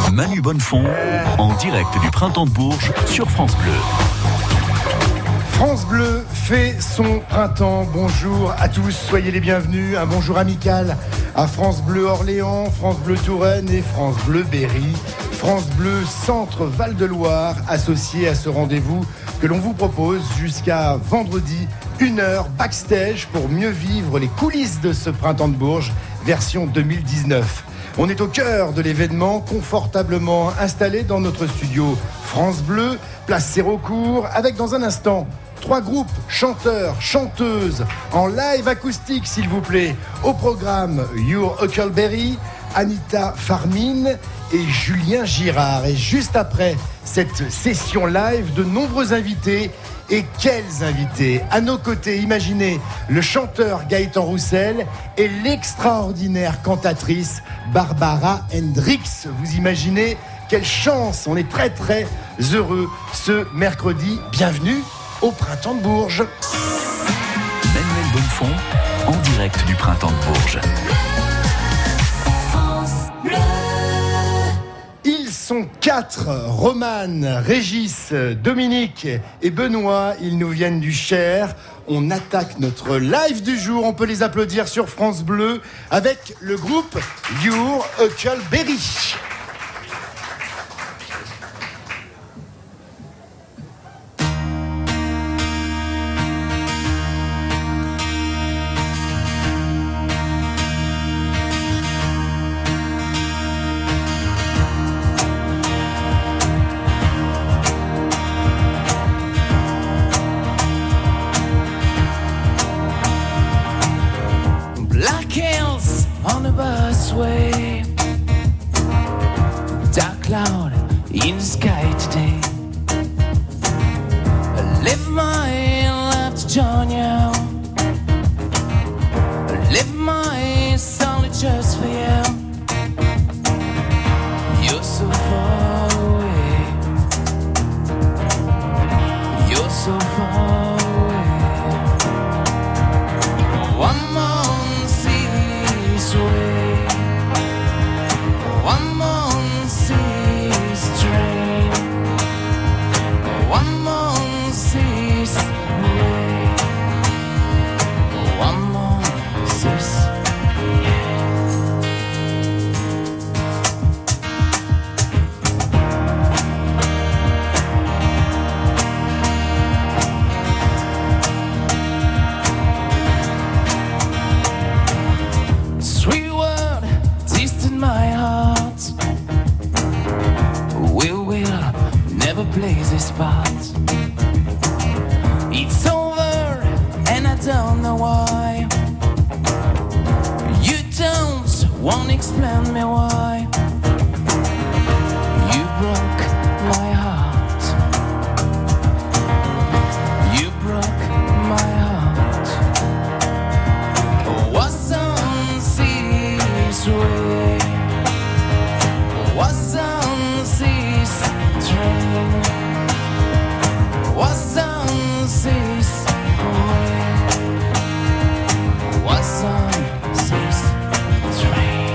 Manu Bonnefond, en direct du Printemps de Bourges sur France Bleu. France Bleu fait son printemps. Bonjour à tous, soyez les bienvenus. Un bonjour amical à France Bleu Orléans, France Bleu Touraine et France Bleu Berry. France Bleu Centre Val-de-Loire, associé à ce rendez-vous que l'on vous propose jusqu'à vendredi, 1h backstage pour mieux vivre les coulisses de ce Printemps de Bourges, version 2019. On est au cœur de l'événement, confortablement installé dans notre studio France Bleu, place Sérocourt, avec dans un instant 3 groupes, chanteurs, chanteuses, en live acoustique s'il vous plaît. Au programme Your Huckleberry, Anita Farmine et Julien Girard. Et juste après cette session live, de nombreux invités. Et quels invités! À nos côtés, imaginez le chanteur Gaëtan Roussel et l'extraordinaire cantatrice Barbara Hendricks. Vous imaginez quelle chance! On est très très heureux ce mercredi. Bienvenue au Printemps de Bourges. Manuel Bonnefond, en direct du Printemps de Bourges. Ils sont 4, Romane, Régis, Dominique et Benoît. Ils nous viennent du Cher. On attaque notre live du jour. On peut les applaudir sur France Bleu avec le groupe Your Huckleberry. On the busway, dark cloud in the sky today. I live my life to join you. I live my solid just for you. You're so far away. You're so far away. One more. Plays this part. It's over and I don't know why. You don't want to explain me why. You broke my heart. You broke my heart. Was on seas way. Was on seas train. Was on seas way. Was on seas train.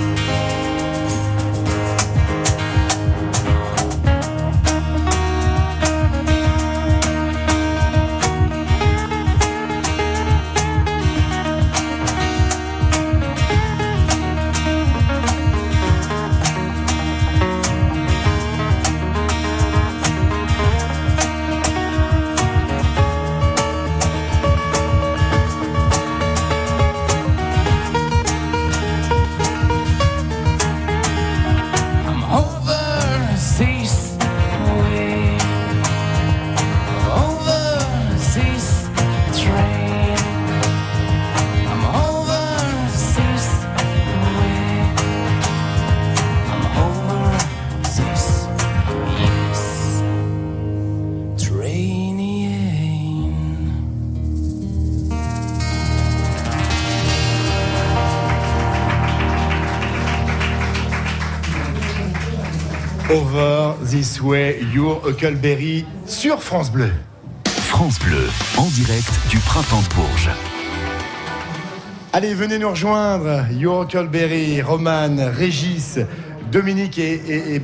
Over This Way, Your Huckleberry sur France Bleu. France Bleu, en direct du Printemps de Bourges. Allez, venez nous rejoindre. Your Huckleberry, Romane, Régis, Dominique et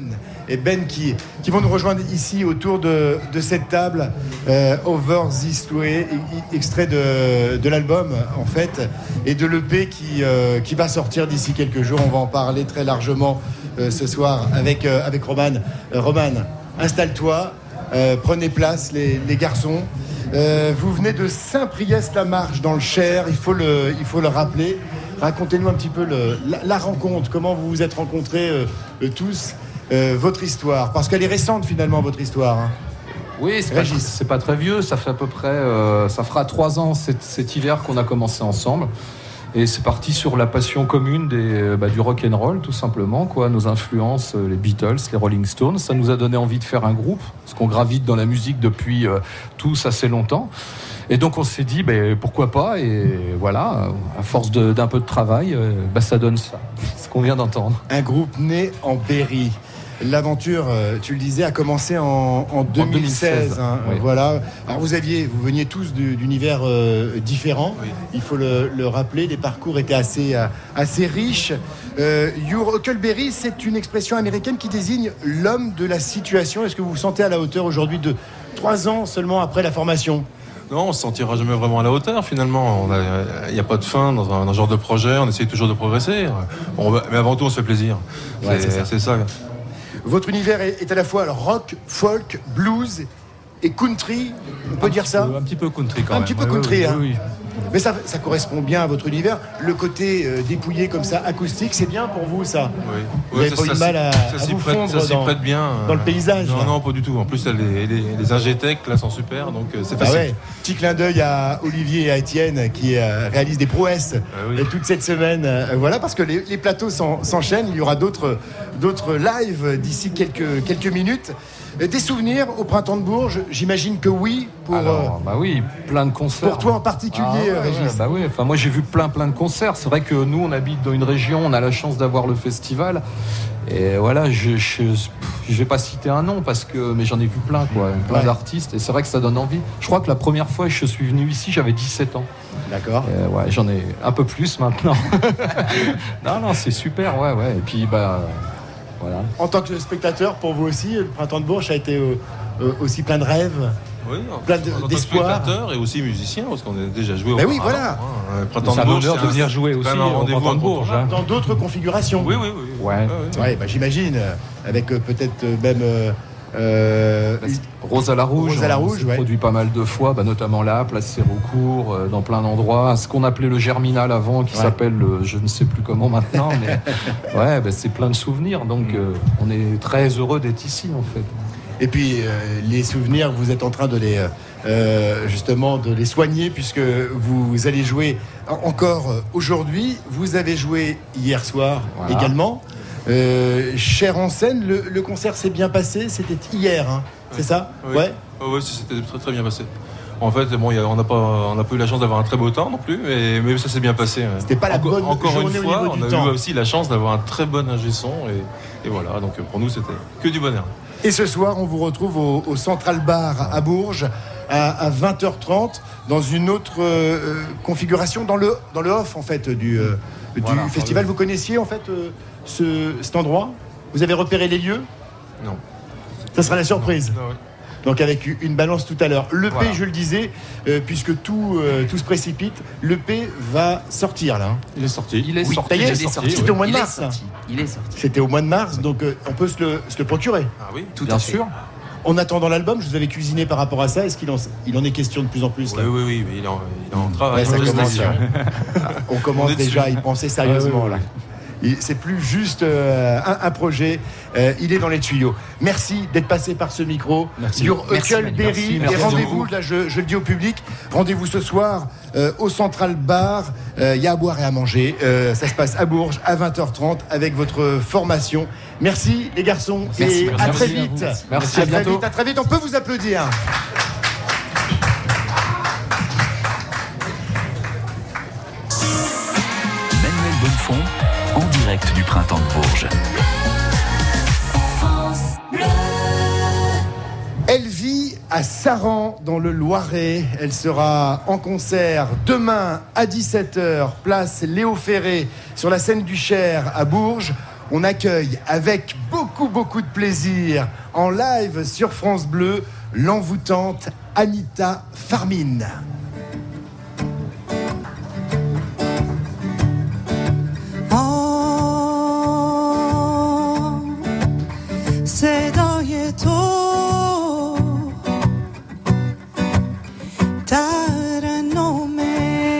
Ben qui vont nous rejoindre ici autour de cette table. Over This Way, extrait de l'album en fait, et de l'EP qui va sortir d'ici quelques jours. On va en parler très largement ce soir avec Roman. Roman, installe-toi, prenez place les garçons. Vous venez de Saint-Priest-la-Marche dans le Cher, il faut le rappeler. Racontez-nous un petit peu la rencontre, comment vous vous êtes rencontrés tous, votre histoire, parce qu'elle est récente finalement, votre histoire. Hein. Oui, c'est pas très vieux, ça fait à peu près, ça fera 3 ans cet hiver qu'on a commencé ensemble. Et c'est parti sur la passion commune du rock and roll, tout simplement, quoi. Nos influences, les Beatles, les Rolling Stones, ça nous a donné envie de faire un groupe, parce qu'on gravite dans la musique depuis tous assez longtemps. Et donc on s'est dit, pourquoi pas, et voilà, à force d'un peu de travail, ça donne ça, ce qu'on vient d'entendre. Un groupe né en Berry. L'aventure, tu le disais, a commencé en 2016. Hein, oui. Voilà. Alors vous veniez tous d'univers différents. Oui. Il faut le rappeler. Les parcours étaient assez riches. Your Huckleberry, c'est une expression américaine qui désigne l'homme de la situation. Est-ce que vous vous sentez à la hauteur aujourd'hui de 3 ans seulement après la formation ? Non, on ne se sentira jamais vraiment à la hauteur finalement. Il n'y a pas de fin dans un genre de projet. On essaye toujours de progresser. Mais avant tout, on se fait plaisir. Ouais, c'est ça. Votre univers est à la fois rock, folk, blues et country, on peut dire ça ? Un petit peu country quand même. Un petit peu country, hein. Oui. Mais ça correspond bien à votre univers. Le côté dépouillé comme ça, acoustique, c'est bien pour vous, ça ? Oui. Vous n'avez pas eu de mal à vous fondre ça s'y prête bien, dans le paysage ? Non, pas du tout. En plus, les ingétech là sont super, donc c'est facile. Ouais. Petit clin d'œil à Olivier et à Étienne qui réalisent des prouesses toute cette semaine. Voilà, parce que les plateaux s'enchaînent. Il y aura d'autres lives d'ici quelques minutes. Des souvenirs au Printemps de Bourges, j'imagine que oui. Oui, plein de concerts. Pour toi en particulier, Régis. Moi j'ai vu plein de concerts. C'est vrai que nous on habite dans une région, on a la chance d'avoir le festival. Et voilà, je vais pas citer un nom mais j'en ai vu plein d'artistes. Et c'est vrai que ça donne envie. Je crois que la première fois que je suis venu ici, j'avais 17 ans. D'accord. J'en ai un peu plus maintenant. non, c'est super, ouais. Et puis voilà. En tant que spectateur, pour vous aussi, le Printemps de Bourges a été aussi plein de rêves, plein d'espoir. Spectateur et aussi musicien, parce qu'on a déjà joué au voilà. Printemps de Bourges, de venir jouer aussi au Printemps de Bourges. Dans d'autres configurations. Oui. Ouais, j'imagine, avec peut-être même... Rose à la Rouge, produit pas mal de fois, notamment là, place Sérocourt, dans plein d'endroits. Ce qu'on appelait le Germinal avant, qui s'appelle je ne sais plus comment maintenant, mais c'est plein de souvenirs. Donc on est très heureux d'être ici en fait. Et puis les souvenirs, vous êtes en train de les soigner, puisque vous allez jouer encore aujourd'hui. Vous avez joué hier soir également. Cher en scène, le concert s'est bien passé, c'était hier, hein, c'est ça ? Oui, c'était très très bien passé. En fait, on n'a pas eu la chance d'avoir un très beau temps non plus, mais ça s'est bien passé. C'était pas la bonne encore journée une fois, au niveau du on a temps. eu aussi la chance d'avoir un très bon ingé son, et voilà, donc pour nous c'était que du bonheur. Et ce soir, on vous retrouve au Central Bar à Bourges à 20h30 dans une autre configuration, dans le off en fait du festival. Vous connaissiez en fait cet endroit ? Vous avez repéré les lieux ? Non. Ça sera la surprise. Non, oui. Donc avec une balance tout à l'heure. L'EP, je le disais, puisque tout se précipite, l'EP va sortir là. Il est sorti. C'était au mois de mars. Il est sorti. C'était au mois de mars, donc on peut se le procurer. Ah oui, tout bien sûr. En attendant l'album, je vous avais cuisiné par rapport à ça. Est-ce qu'il en est question de plus en plus là ? Oui, mais il est en travail. Ça commence. On commence déjà à y penser sérieusement là. C'est plus juste un projet, il est dans les tuyaux. Merci d'être passé par ce micro. Merci. Your Huckleberry. Et rendez-vous, là je le dis au public, rendez-vous ce soir au Central Bar. Il y a à boire et à manger. Ça se passe à Bourges à 20h30 avec votre formation. Merci les garçons. Merci. À très vite. Merci, à bientôt. À très vite, on peut vous applaudir. Manuel Bonnefond, en direct du Printemps de Bourges. Elle vit à Saran, dans le Loiret. Elle sera en concert demain à 17h, place Léo Ferré, sur la scène du Cher à Bourges. on accueille avec beaucoup de plaisir en live sur France Bleu l'envoûtante Anita Farmine. صدای تو ترنمه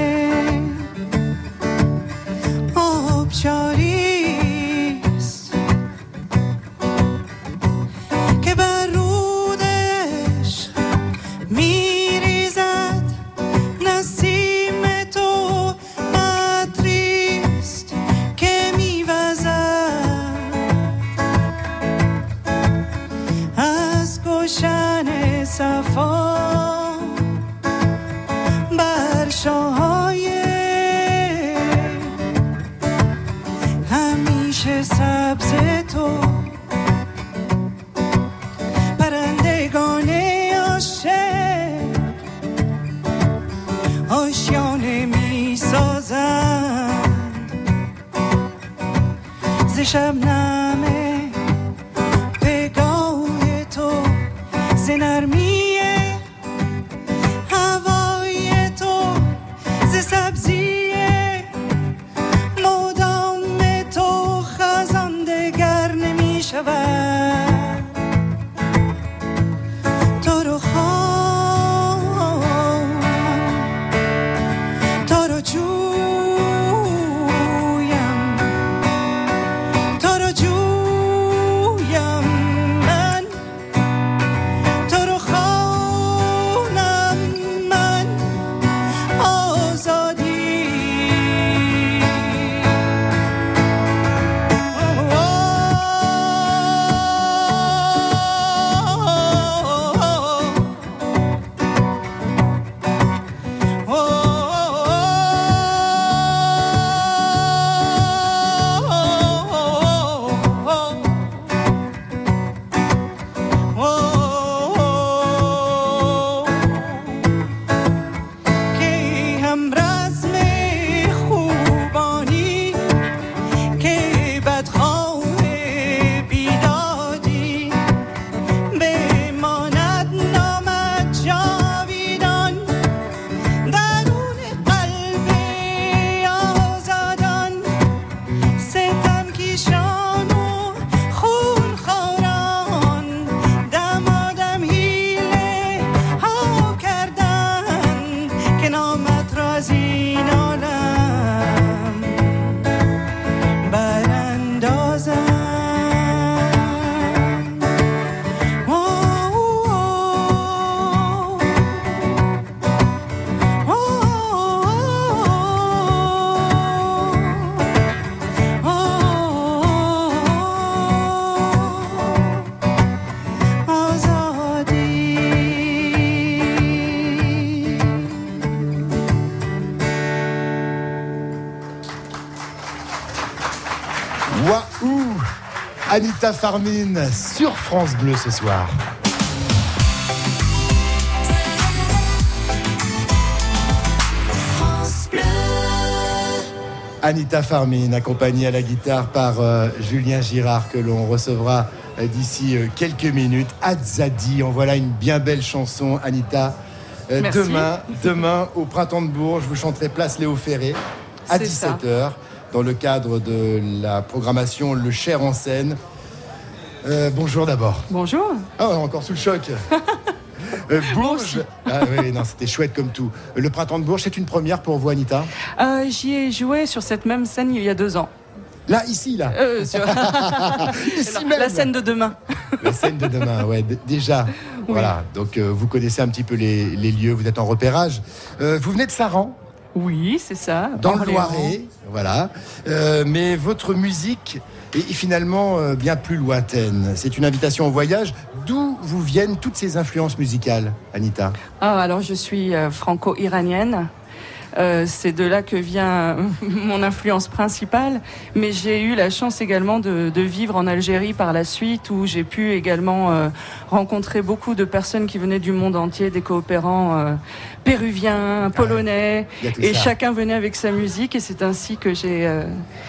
آبشاریست که بر رودش میریزد نسیم تو قطریست که میوزد از گلشن صفا بر شاهای همیشه سبز تو پرندگان عاشق آشیانه می سازند ز شبنم پگاه تو ز نرمی هوای تو ز سبزی مدام تو خزان دگر نمی شود تو رو خواهم تو رو جویم تو رو جویم من تو رو خوانم من آزادی که هم رزم خوبانی که بدخواه بیدادی بماند نامت جاویدان درون قلب آزادان ستم کیشان و خونخواران دمادم حیله ها کردند که نامت را از این عالم براندازند Waouh! Anita Farmine sur France Bleu ce soir. Anita Farmine, accompagnée à la guitare par Julien Girard, que l'on recevra d'ici quelques minutes. Azzadi, en voilà une bien belle chanson, Anita. Demain, au Printemps de Bourges, vous chanterez Place Léo Ferré à 17h, dans le cadre de la programmation Le Cher en scène. Bonjour d'abord. Bonjour. Ah, encore sous le choc. Bourges. Ah oui, non, c'était chouette comme tout. Le Printemps de Bourges, c'est une première pour vous, Anita? J'y ai joué sur cette même scène il y a 2 ans. Là, ici, là. Ici même. La scène de demain. La scène de demain, ouais, déjà. Oui. Voilà, donc vous connaissez un petit peu les lieux, vous êtes en repérage. Vous venez de Saran? Oui, c'est ça. Dans le Loiret, voilà. Mais votre musique est finalement bien plus lointaine. C'est une invitation au voyage. D'où vous viennent toutes ces influences musicales, Anita? Alors, je suis franco-iranienne. C'est de là que vient mon influence principale, mais j'ai eu la chance également de vivre en Algérie par la suite, où j'ai pu également rencontrer beaucoup de personnes qui venaient du monde entier, des coopérants péruviens, polonais, et chacun venait avec sa musique, et c'est ainsi que j'ai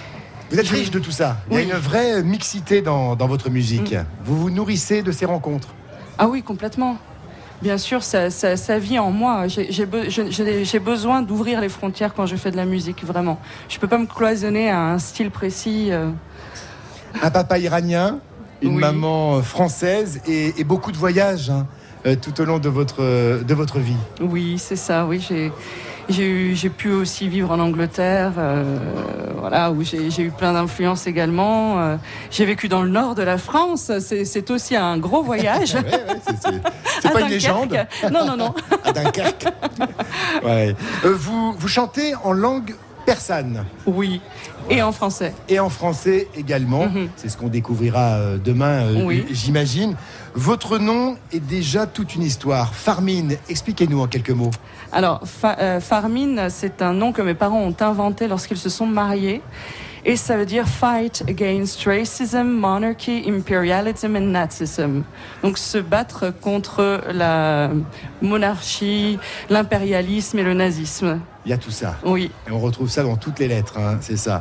Vous êtes riche de tout ça. Il y a une vraie mixité dans votre musique. Vous vous nourrissez de ces rencontres. Ah oui, complètement. Bien sûr, ça vit en moi. J'ai besoin d'ouvrir les frontières quand je fais de la musique, vraiment. Je peux pas me cloisonner à un style précis. Un papa iranien, une maman française et beaucoup de voyages tout au long de votre vie. Oui, c'est ça. Oui, j'ai pu aussi vivre en Angleterre, voilà, où j'ai eu plein d'influences également. J'ai vécu dans le nord de la France. C'est aussi un gros voyage. C'est pas une légende. Non. À Dunkerque. Ouais. Vous chantez en langue persane. Oui. Et en français. Et en français également. C'est ce qu'on découvrira demain, j'imagine. Votre nom est déjà toute une histoire. Farmine, expliquez-nous en quelques mots. Alors, Farmine, c'est un nom que mes parents ont inventé lorsqu'ils se sont mariés. Et ça veut dire Fight Against Racism, Monarchy, Imperialism and Nazism. Donc se battre contre la monarchie, l'impérialisme et le nazisme. Il y a tout ça. Oui. Et on retrouve ça dans toutes les lettres, c'est ça.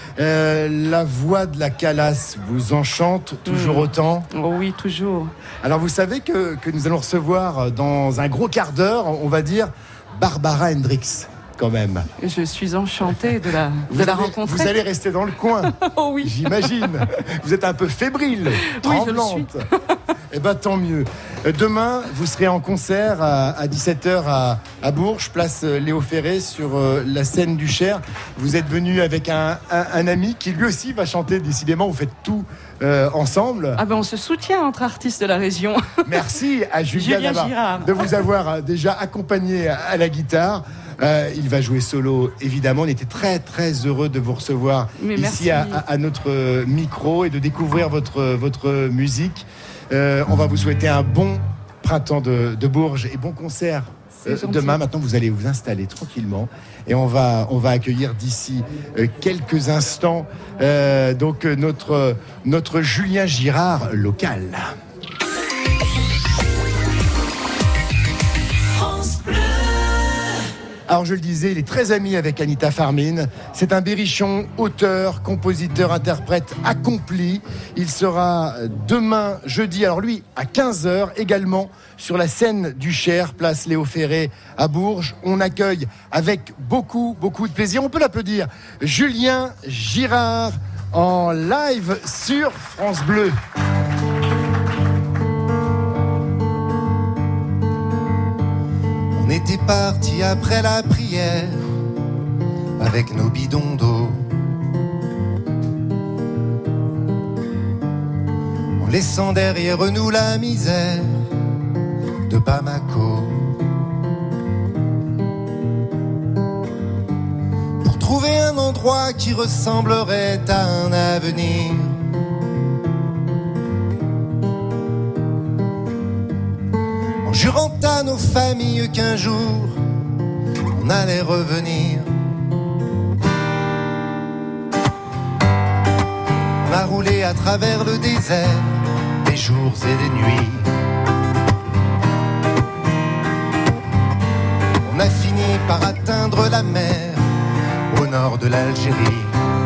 La voix de la Calas vous enchante toujours autant? Oui, toujours. Alors vous savez que nous allons recevoir dans un gros quart d'heure, on va dire, Barbara Hendricks. Quand même. Je suis enchantée de la rencontrer. Vous allez rester dans le coin. Oh oui. J'imagine. Vous êtes un peu fébrile, tremblante. Oui, je le suis. Eh bien, tant mieux. Demain, vous serez en concert à 17h à Bourges, place Léo Ferré, sur la scène du Cher. Vous êtes venu avec un ami qui lui aussi va chanter, décidément. Vous faites tout ensemble. Ah ben, on se soutient entre artistes de la région. Merci à Julien Girard de vous avoir déjà accompagné à la guitare. Il va jouer solo, évidemment. On était très, très heureux de vous recevoir ici à notre micro et de découvrir votre musique. On va vous souhaiter un bon printemps de Bourges et bon concert demain. Maintenant, vous allez vous installer tranquillement et on va accueillir d'ici quelques instants donc notre Julien Girard local. Alors je le disais, il est très ami avec Anita Farmine. C'est un berrichon, auteur, compositeur, interprète accompli. Il sera demain, jeudi, alors lui, à 15h également, sur la scène du Cher, place Léo Ferré à Bourges. On accueille avec beaucoup, beaucoup de plaisir. On peut l'applaudir. Julien Girard en live sur France Bleu. On était partis après la prière avec nos bidons d'eau, en laissant derrière nous la misère de Bamako, pour trouver un endroit qui ressemblerait à un avenir. En jurant à nos familles qu'un jour on allait revenir. On a roulé à travers le désert, des jours et des nuits. On a fini par atteindre la mer au nord de l'Algérie.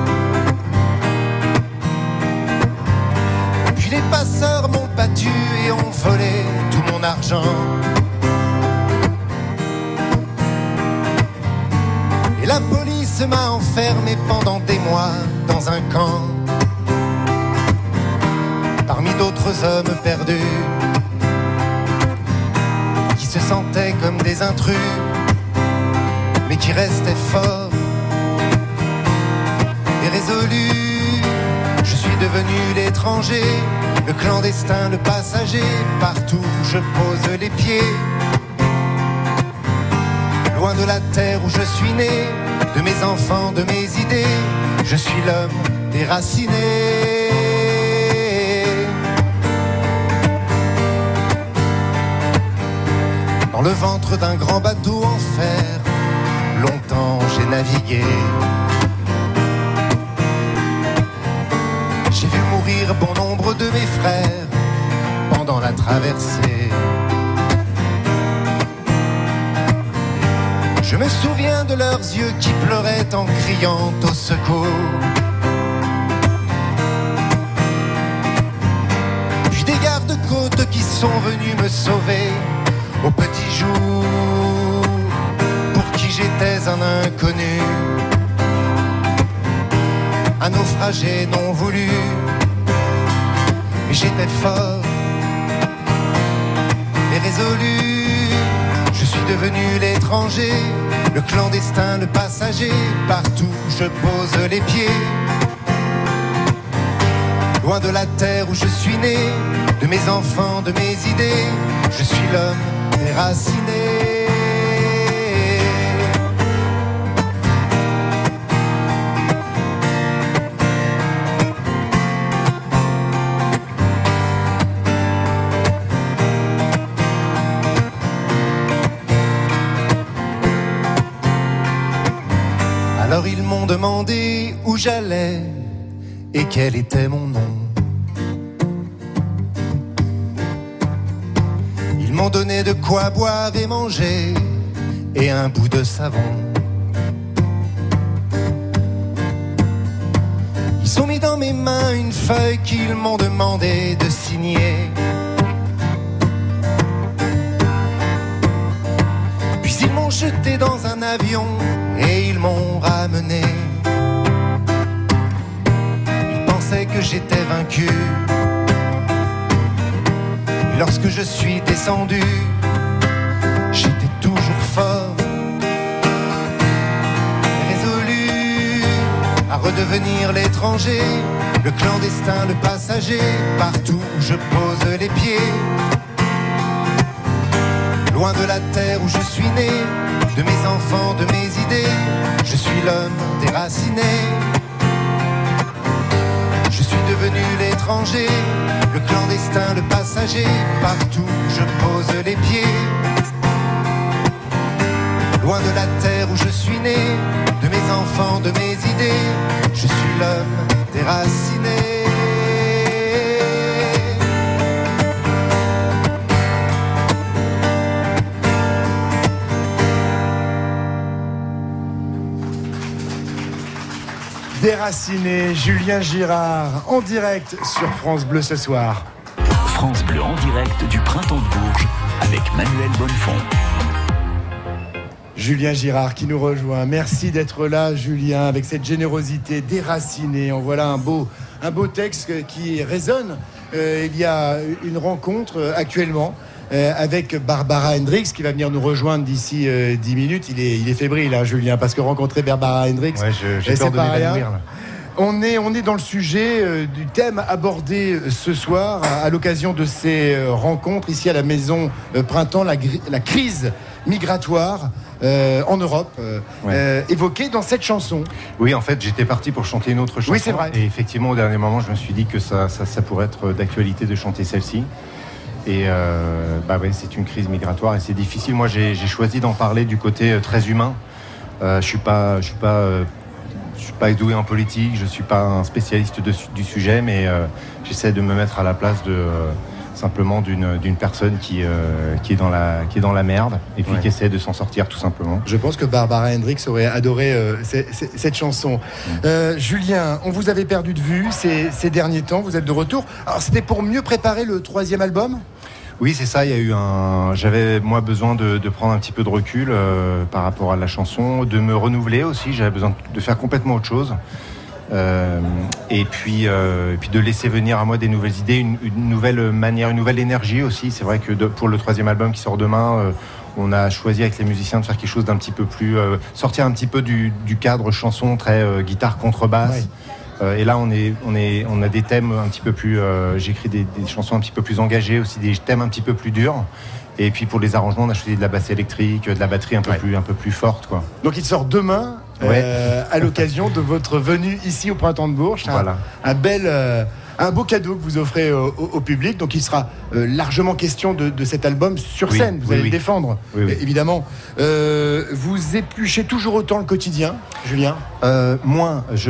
Puis les passeurs m'ont battu et ont volé tout mon argent. Et la police m'a enfermé pendant des mois dans un camp, parmi d'autres hommes perdus qui se sentaient comme des intrus, mais qui restaient forts et résolus. Je suis devenu l'étranger, le clandestin, le passager. Partout où je pose les pieds, loin de la terre où je suis né, de mes enfants, de mes idées, je suis l'homme déraciné. Dans le ventre d'un grand bateau en fer, longtemps j'ai navigué. J'ai vu mourir bon nombre de mes frères pendant la traversée. Je me souviens de leurs yeux qui pleuraient en criant au secours. sont venus me sauver au petit jour, pour qui j'étais un inconnu, un naufragé non voulu. Mais j'étais fort et résolu. Je suis devenu l'étranger, le clandestin, le passager. Partout je pose les pieds, loin de la terre où je suis né, de mes enfants, de mes idées. Je suis l'homme déraciné. Alors ils m'ont demandé où j'allais et quel était mon nom. Ils m'ont donné de quoi boire et manger et un bout de savon. Ils ont mis dans mes mains une feuille qu'ils m'ont demandé de signer. Puis ils m'ont jeté dans un avion et ils m'ont ramené. Ils pensaient que j'étais vaincu. Et lorsque je suis descendu, j'étais toujours fort, résolu à redevenir l'étranger, le clandestin, le passager. Partout où je pose les pieds, loin de la terre où je suis né, de mes enfants, de mes idées. Je suis l'homme déraciné. Je suis devenu l'étranger, le clandestin, le passager. Partout je pose les pieds, loin de la terre où je suis né, de mes enfants, de mes idées. Je suis l'homme déraciné. Déraciné, Julien Girard, en direct sur France Bleu ce soir. France Bleu en direct du Printemps de Bourges avec Manuel Bonnefond. Julien Girard qui nous rejoint. Merci d'être là, Julien, avec cette générosité. Déraciné. En voilà un beau texte qui résonne. Il y a une rencontre actuellement avec Barbara Hendricks qui va venir nous rejoindre d'ici 10 minutes. Il est fébrile, hein, Julien, parce que rencontrer Barbara Hendricks, j'ai peur de m'évanouir. On est dans le sujet du thème abordé ce soir à l'occasion de ces rencontres ici à la Maison Printemps, la crise migratoire en Europe, évoquée dans cette chanson. Oui, en fait, j'étais parti pour chanter une autre chanson. Oui, c'est vrai. Et effectivement, au dernier moment, je me suis dit que ça pourrait être d'actualité de chanter celle-ci. Et c'est une crise migratoire et c'est difficile. Moi, j'ai choisi d'en parler du côté très humain. Je suis pas doué en politique, je suis pas un spécialiste du sujet, mais j'essaie de me mettre à la place simplement d'une personne qui est dans la merde et puis qui essaie de s'en sortir tout simplement. Je pense que Barbara Hendricks aurait adoré cette chanson. Julien, on vous avait perdu de vue ces derniers temps, vous êtes de retour. Alors c'était pour mieux préparer le 3e album ? Oui, c'est ça. J'avais moi besoin de prendre un petit peu de recul par rapport à la chanson, de me renouveler aussi. J'avais besoin de faire complètement autre chose. Et puis de laisser venir à moi des nouvelles idées, une nouvelle manière, une nouvelle énergie aussi. C'est vrai que pour le 3e album qui sort demain, on a choisi avec les musiciens de faire quelque chose d'un petit peu plus, sortir un petit peu du cadre chanson très guitare contrebasse. Ouais. Et là, on a des thèmes un petit peu plus. J'écris des chansons un petit peu plus engagées, aussi des thèmes un petit peu plus durs. Et puis pour les arrangements, on a choisi de la basse électrique, de la batterie un peu plus forte, quoi. Donc il sort demain à l'occasion de votre venue ici au Printemps de Bourges. Voilà. Un beau cadeau que vous offrez au public. Donc il sera largement question de cet album sur scène. Vous allez le défendre, évidemment. Vous épluchez toujours autant le quotidien, Julien ?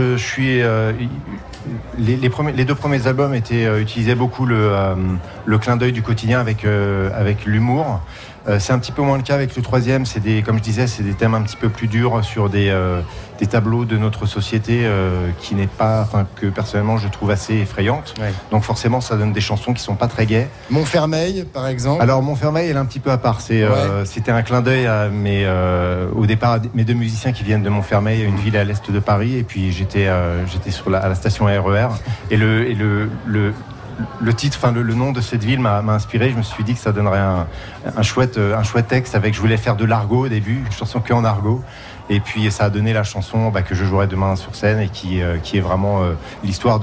Moins. Je suis les deux premiers albums utilisaient beaucoup le clin d'œil du quotidien avec l'humour. C'est un petit peu moins le cas avec le troisième. Comme je disais, c'est des thèmes un petit peu plus durs sur des tableaux de notre société que personnellement je trouve assez effrayantes. Ouais. Donc forcément, ça donne des chansons qui sont pas très gaies. Montfermeil, par exemple. Alors Montfermeil, elle est un petit peu à part. C'était un clin d'œil au départ mes deux musiciens qui viennent de Montfermeil, une ville à l'est de Paris, et puis j'étais à la station RER et le titre, le nom de cette ville m'a inspiré. Je me suis dit que ça donnerait un chouette texte je voulais faire de l'argot au début, une chanson que en argot. Et puis ça a donné la chanson que je jouerai demain sur scène et qui est vraiment l'histoire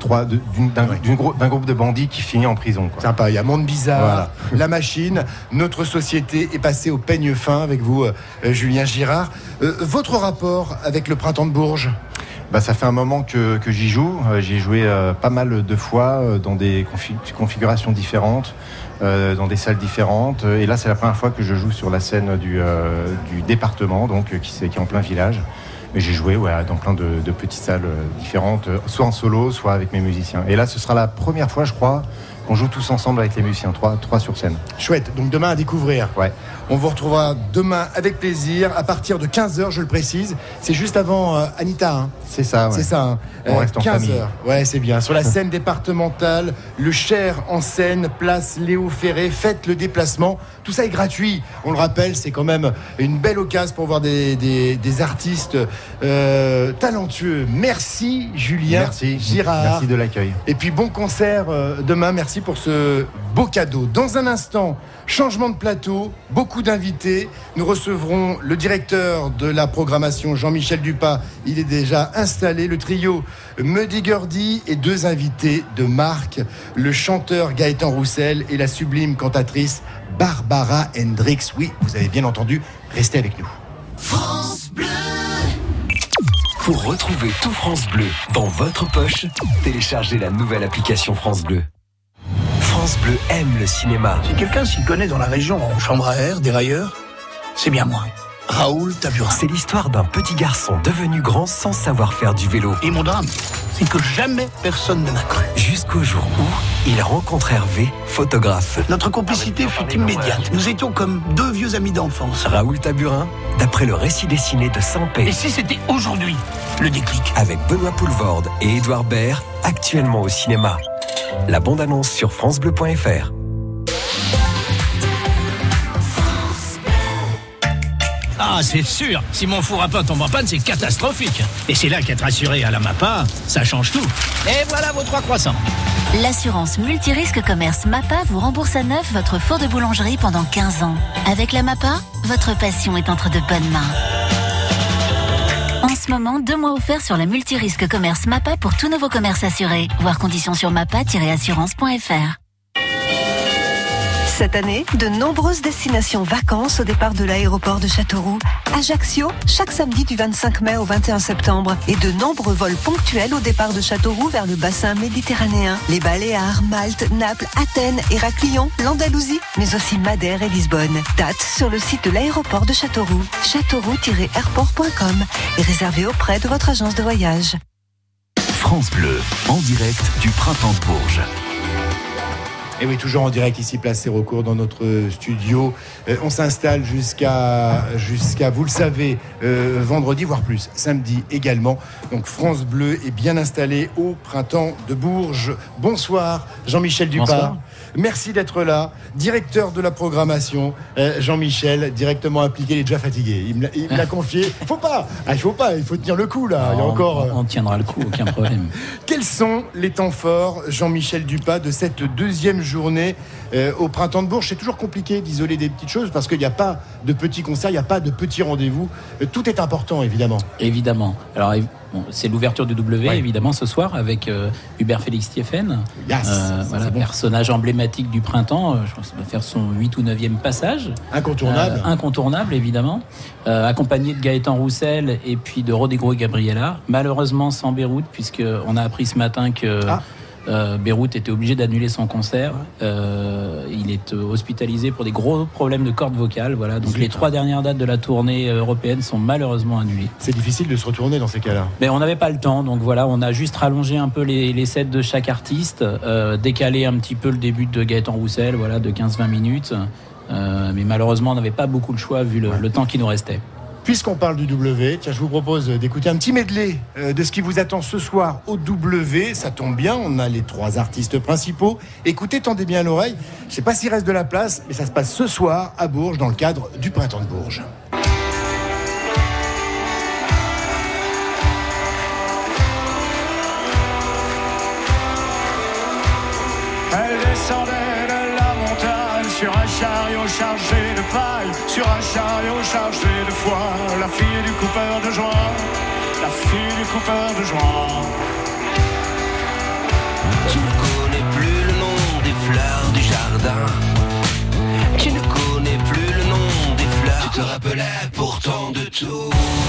d'un groupe de bandits qui finit en prison. Quoi. Sympa, il y a Monde Bizarre, voilà. La Machine, Notre Société est passée au peigne fin avec vous, Julien Girard. Votre rapport avec le Printemps de Bourges ? Ça fait un moment que j'y joue. J'y ai joué pas mal de fois dans des configurations différentes, dans des salles différentes. Et là, c'est la première fois que je joue sur la scène du département, donc qui est en plein village. Mais j'ai joué dans plein de petites salles différentes, soit en solo, soit avec mes musiciens. Et là, ce sera la première fois, je crois, qu'on joue tous ensemble avec les musiciens, trois sur scène. Chouette, donc demain à découvrir. Ouais. On vous retrouvera demain avec plaisir, à partir de 15h, je le précise. C'est juste avant Anita. Hein. C'est ça, ouais. C'est ça. Hein. On reste en 15h. famille. Ouais, c'est bien. Sur la scène départementale, le Cher en scène, place Léo Ferré, faites le déplacement. Tout ça est gratuit. On le rappelle, c'est quand même une belle occasion pour voir des artistes talentueux. Merci Julien Girard. Merci de l'accueil. Et puis bon concert demain. Merci pour ce beau cadeau. Dans un instant, changement de plateau, beaucoup d'invités. Nous recevrons le directeur de la programmation, Jean-Michel Dupas. Il est déjà installé. Le trio Muddy Gurdy et deux invités de marque, le chanteur Gaëtan Roussel et la sublime cantatrice Barbara Hendricks. Oui, vous avez bien entendu. Restez avec nous. France Bleu. Pour retrouver tout France Bleu dans votre poche, téléchargez la nouvelle application France Bleu. France Bleu aime le cinéma. Si quelqu'un s'y connaît dans la région en chambre à air, dérailleur, c'est bien moi. Raoul Taburin. C'est l'histoire d'un petit garçon devenu grand sans savoir faire du vélo. Et mon drame, c'est que jamais personne ne m'a cru. Jusqu'au jour où il rencontre Hervé, photographe. Notre complicité fut immédiate. Nous étions comme deux vieux amis d'enfance. Raoul Taburin, d'après le récit dessiné de Saint-Pé. Et si c'était aujourd'hui, le déclic ? Avec Benoît Poulvorde et Édouard Baird, actuellement au cinéma. La bande-annonce sur francebleu.fr. Ah, c'est sûr, si mon four à pain tombe en panne, c'est catastrophique. Et c'est là qu'être assuré à la MAPA, ça change tout. Et voilà vos 3 croissants. L'assurance multirisque commerce MAPA vous rembourse à neuf votre four de boulangerie pendant 15 ans. Avec la MAPA, votre passion est entre de bonnes mains. En ce moment, 2 mois offerts sur la multirisque commerce MAPA pour tous nouveaux commerces assurés. Voir conditions sur mapa-assurance.fr. Cette année, de nombreuses destinations vacances au départ de l'aéroport de Châteauroux, Ajaccio, chaque samedi du 25 mai au 21 septembre, et de nombreux vols ponctuels au départ de Châteauroux vers le bassin méditerranéen, les Baléares, Malte, Naples, Athènes, Héraclion, l'Andalousie, mais aussi Madère et Lisbonne. Date sur le site de l'aéroport de Châteauroux, châteauroux-airport.com, et réservé auprès de votre agence de voyage. France Bleu, en direct du Printemps de Bourges. Et oui, toujours en direct ici, place Sérocourt, dans notre studio. On s'installe jusqu'à, vous le savez, vendredi, voire plus, samedi également. Donc France Bleu est bien installé au Printemps de Bourges. Bonsoir, Jean-Michel Dupas. Bonsoir. Merci d'être là. Directeur de la programmation, Jean-Michel, directement impliqué, il est déjà fatigué. Il me l'a confié. Il faut pas, il faut tenir le coup là. Non, il y a encore... on tiendra le coup, aucun problème. Quels sont les temps forts, Jean-Michel Dupas, de cette deuxième journée au Printemps de Bourges? C'est toujours compliqué d'isoler des petites choses parce qu'il n'y a pas de petits concerts, il n'y a pas de petits rendez-vous. Tout est important, évidemment. Évidemment. Alors, c'est l'ouverture du W, évidemment, ce soir, avec Hubert Félix Thieffen. Yes, voilà, personnage emblématique du printemps. Je crois que ça va faire son 8 ou 9e passage. Incontournable. Incontournable, évidemment. Accompagné de Gaëtan Roussel et puis de Rodrigo Gabriela. Malheureusement, sans Beyrouth, puisqu'on a appris ce matin que Beyrouth était obligé d'annuler son concert. Il est hospitalisé pour des gros problèmes de cordes vocales. Voilà. Donc les 3 dernières dates de la tournée européenne sont malheureusement annulées. C'est difficile de se retourner dans ces cas-là. Mais on n'avait pas le temps, donc voilà, on a juste rallongé un peu les sets de chaque artiste, décalé un petit peu le début de Gaëtan Roussel, voilà, de 15-20 minutes. Mais malheureusement, on n'avait pas beaucoup le choix vu le temps qui nous restait. Puisqu'on parle du W, tiens, je vous propose d'écouter un petit medley de ce qui vous attend ce soir au W. Ça tombe bien, on a les 3 artistes principaux. Écoutez, tendez bien l'oreille. Je ne sais pas s'il reste de la place, mais ça se passe ce soir à Bourges dans le cadre du Printemps de Bourges. Elle descendait de la montagne sur un chariot chargé de paille, sur un chariot chargé de foin. La fille du coupeur de joint, la fille du coupeur de joint. Tu ne connais plus le nom des fleurs du jardin. Tu ne connais plus le nom des fleurs. Tu te rappelais pourtant de tout.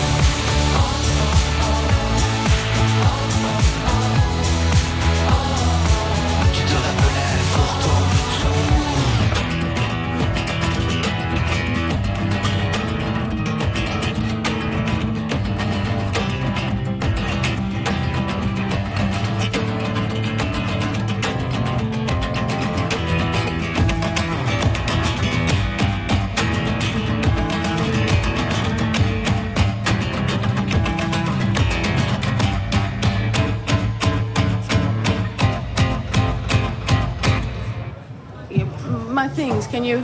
Can you...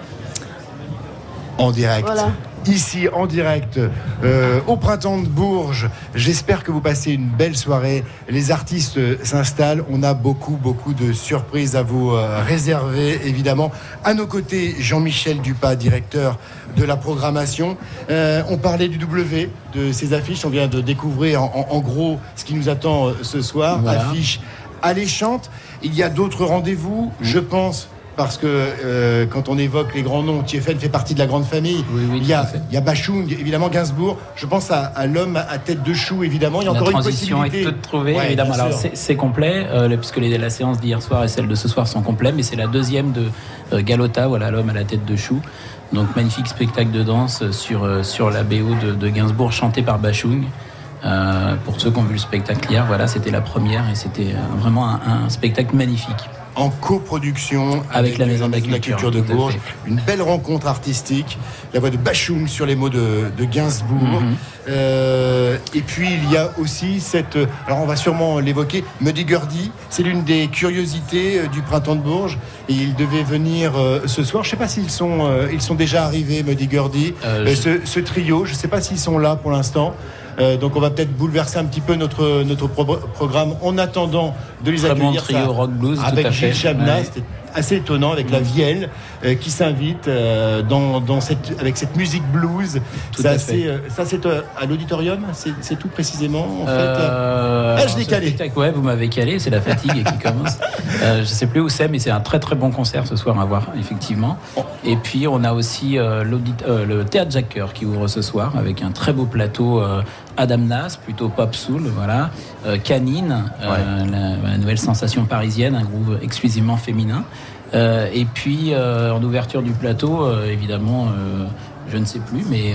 En direct. Voilà. Ici, en direct, au Printemps de Bourges. J'espère que vous passez une belle soirée. Les artistes s'installent. On a beaucoup de surprises à vous réserver, évidemment. À nos côtés, Jean-Michel Dupas, directeur de la programmation. On parlait du W, de ces affiches. On vient de découvrir en gros ce qui nous attend ce soir. Voilà. Affiches alléchantes. Il y a d'autres rendez-vous, je pense. Parce que quand on évoque les grands noms, TFN fait partie de la grande famille. Oui, il y a Bachung, évidemment Gainsbourg. Je pense à l'homme à tête de chou, évidemment. Il y a encore une possibilité. La transition est toute trouvée, évidemment. Alors c'est complet, puisque la séance d'hier soir et celle de ce soir sont complètes, mais c'est la deuxième de Galota, voilà, l'homme à la tête de chou. Donc magnifique spectacle de danse sur la BO de Gainsbourg, chanté par Bachung. Pour ceux qui ont vu le spectacle hier, voilà, c'était la première et c'était vraiment un spectacle magnifique. En coproduction avec la Maison de la Culture de Bourges. Une belle rencontre artistique. La voix de Bachung sur les mots de Gainsbourg. Et puis il y a aussi cette... Alors on va sûrement l'évoquer, Muddy Gurdy. C'est l'une des curiosités du Printemps de Bourges. Et ils devaient venir ce soir. Je ne sais pas s'ils sont déjà arrivés, Muddy Gurdy. Ce trio, je ne sais pas s'ils sont là pour l'instant. Donc on va peut-être bouleverser un petit peu notre programme en attendant de les accueillir. Très bon trio rock blues, avec tout à fait. Gilles Chabnas, c'était assez étonnant avec la Vielle qui s'invite avec cette musique blues. Ça c'est à l'auditorium, c'est tout précisément en fait. Je l'ai calé. Ouais, vous m'avez calé, c'est la fatigue qui commence. Je sais plus où c'est, mais c'est un très très bon concert ce soir à voir, effectivement. Et puis on a aussi le Théâtre Jacques Coeur qui ouvre ce soir avec un très beau plateau. Adam Nas, plutôt pop soul, voilà. Canine, la nouvelle sensation parisienne, un groupe exclusivement féminin. Et puis en ouverture du plateau, évidemment, je ne sais plus, mais.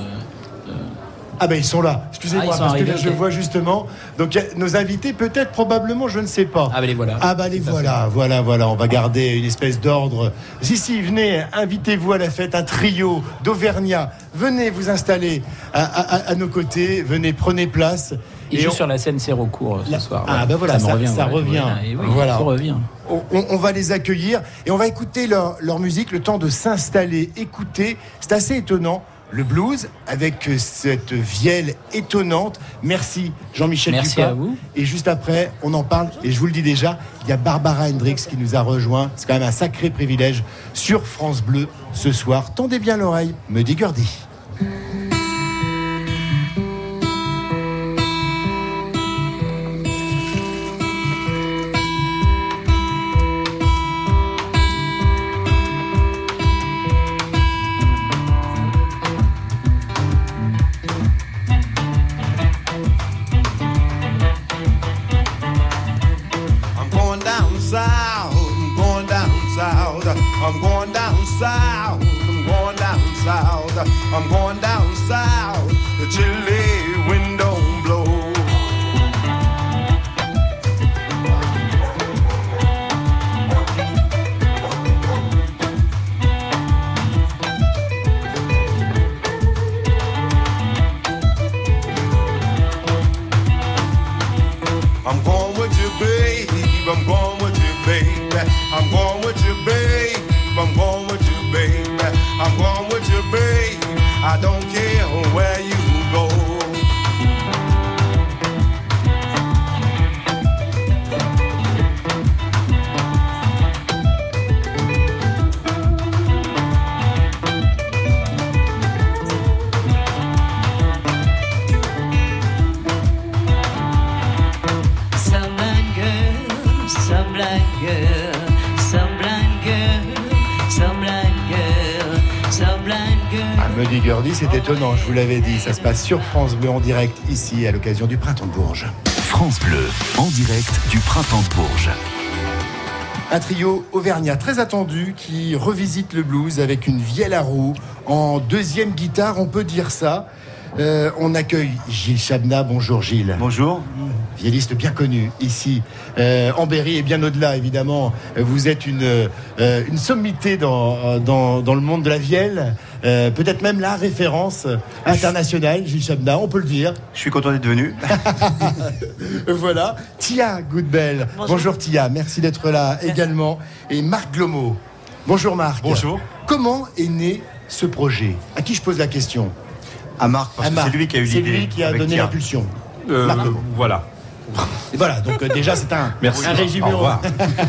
Ah ben ils sont là, excusez-moi, parce que là je vois justement. Donc nos invités, peut-être, probablement, je ne sais pas. Ah ben les voilà. Ah ben les voilà, on va garder une espèce d'ordre. Si, venez, invitez-vous à la fête, un trio d'Auvergnat. Venez vous installer à nos côtés, venez, prenez place. Et juste sur la scène Sérocourt ce soir. Ah ben voilà, ça revient. Voilà. Ça revient. On va les accueillir et on va écouter leur musique, le temps de s'installer, écouter. C'est assez étonnant. Le blues, avec cette vielle étonnante. Merci Jean-Michel Dupas. Merci à vous. Et juste après, on en parle. Et je vous le dis déjà, il y a Barbara Hendricks qui nous a rejoint. C'est quand même un sacré privilège sur France Bleu ce soir. Tendez bien l'oreille, Muddy Gurdy. I'm going I'm going down south, I'm going down south, I'm going down south. The chilly wind don't blow. I'm going with you, babe. I'm going with you, babe. I'm going with you, babe. I'm going with you, babe. I'm going with you, babe. I don't care where you go. Some blind girl, some blind girl, some blind girl, some blind girl, some blind girl. Ah, Muddy Gurdy, c'est étonnant, je vous l'avais dit. Ça se passe sur France Bleu en direct, ici, à l'occasion du Printemps de Bourges. France Bleu, en direct du Printemps de Bourges. Un trio auvergnat très attendu qui revisite le blues avec une vielle à roue en deuxième guitare, on peut dire ça. On accueille Gilles Chabna. Bonjour Gilles. Bonjour. Vielliste bien connu ici, en Berry et bien au-delà évidemment. Vous êtes une sommité dans le monde de la vielle, peut-être même la référence internationale, Gilles Chabna, on peut le dire. Je suis content d'être venu. Voilà. Tia Goodbell. Bonjour Tia, merci d'être là également. Et Marc Glomo. Bonjour Marc. Bonjour. Comment est né ce projet? À qui je pose la question? À Marc, parce que c'est lui qui a eu l'idée. C'est lui qui a donné l'impulsion. Voilà. Et voilà, donc déjà c'est un résumé. Au revoir.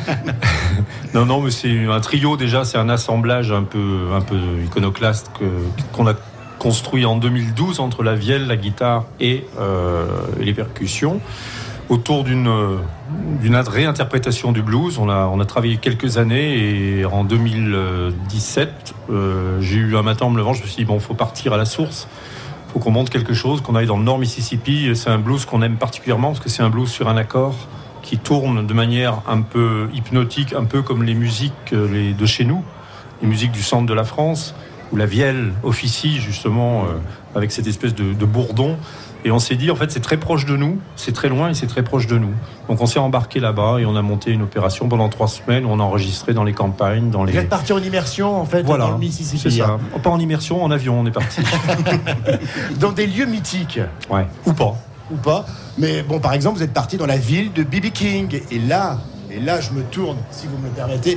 non, mais c'est un trio déjà, c'est un assemblage un peu iconoclaste qu'on a construit en 2012 entre la vielle, la guitare et les percussions autour d'une réinterprétation du blues. On a travaillé quelques années et en 2017, j'ai eu un matin en me levant, je me suis dit bon, faut partir à la source. Faut qu'on monte quelque chose, qu'on aille dans le Nord Mississippi. C'est un blues qu'on aime particulièrement parce que c'est un blues sur un accord qui tourne de manière un peu hypnotique, un peu comme les musiques de chez nous, les musiques du centre de la France, où la vielle officie justement avec cette espèce de bourdon. Et on s'est dit, en fait, c'est très proche de nous, c'est très loin et c'est très proche de nous. Donc on s'est embarqué là-bas et on a monté une opération pendant 3 semaines où on a enregistré dans les campagnes. Vous êtes parti en immersion, en fait, voilà, dans le Mississippi. C'est ça. Pas en immersion, en avion, on est parti. Dans des lieux mythiques. Ouais, ou pas. Mais bon, par exemple, vous êtes parti dans la ville de B.B. King. Et là, je me tourne, si vous me le permettez,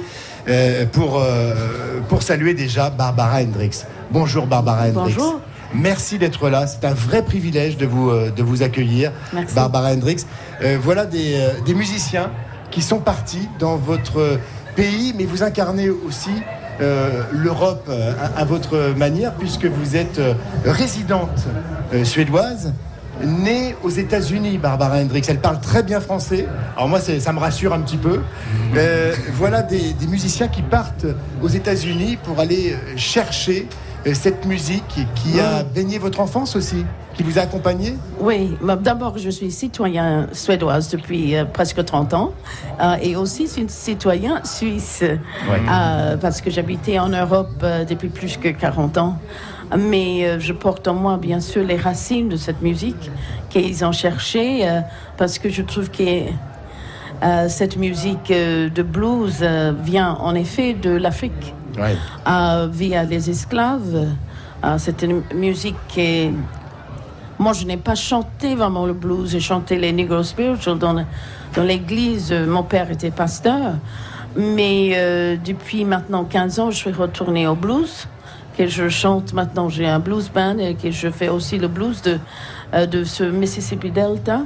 pour saluer déjà Barbara Hendricks. Bonjour Barbara Hendricks. Bonjour. Merci d'être là, c'est un vrai privilège de vous accueillir. Merci. Barbara Hendricks. Voilà des musiciens qui sont partis dans votre pays, mais vous incarnez aussi l'Europe à votre manière, puisque vous êtes résidente suédoise, née aux États-Unis, Barbara Hendricks. Elle parle très bien français. Alors moi, ça me rassure un petit peu. Voilà des musiciens qui partent aux États-Unis pour aller chercher cette musique qui a baigné votre enfance aussi, qui vous a accompagné? Oui, d'abord je suis citoyen suédoise depuis presque 30 ans et aussi citoyen suisse parce que j'habitais en Europe depuis plus que 40 ans. Mais je porte en moi bien sûr les racines de cette musique qu'ils ont cherchée parce que je trouve que cette musique de blues vient en effet de l'Afrique. Via les esclaves. C'est une musique qui... Moi, je n'ai pas chanté vraiment le blues. J'ai chanté les Negro Spirituals dans l'église. Mon père était pasteur. Mais depuis maintenant 15 ans, je suis retournée au blues. Que je chante maintenant. J'ai un blues band et que je fais aussi le blues de ce Mississippi Delta.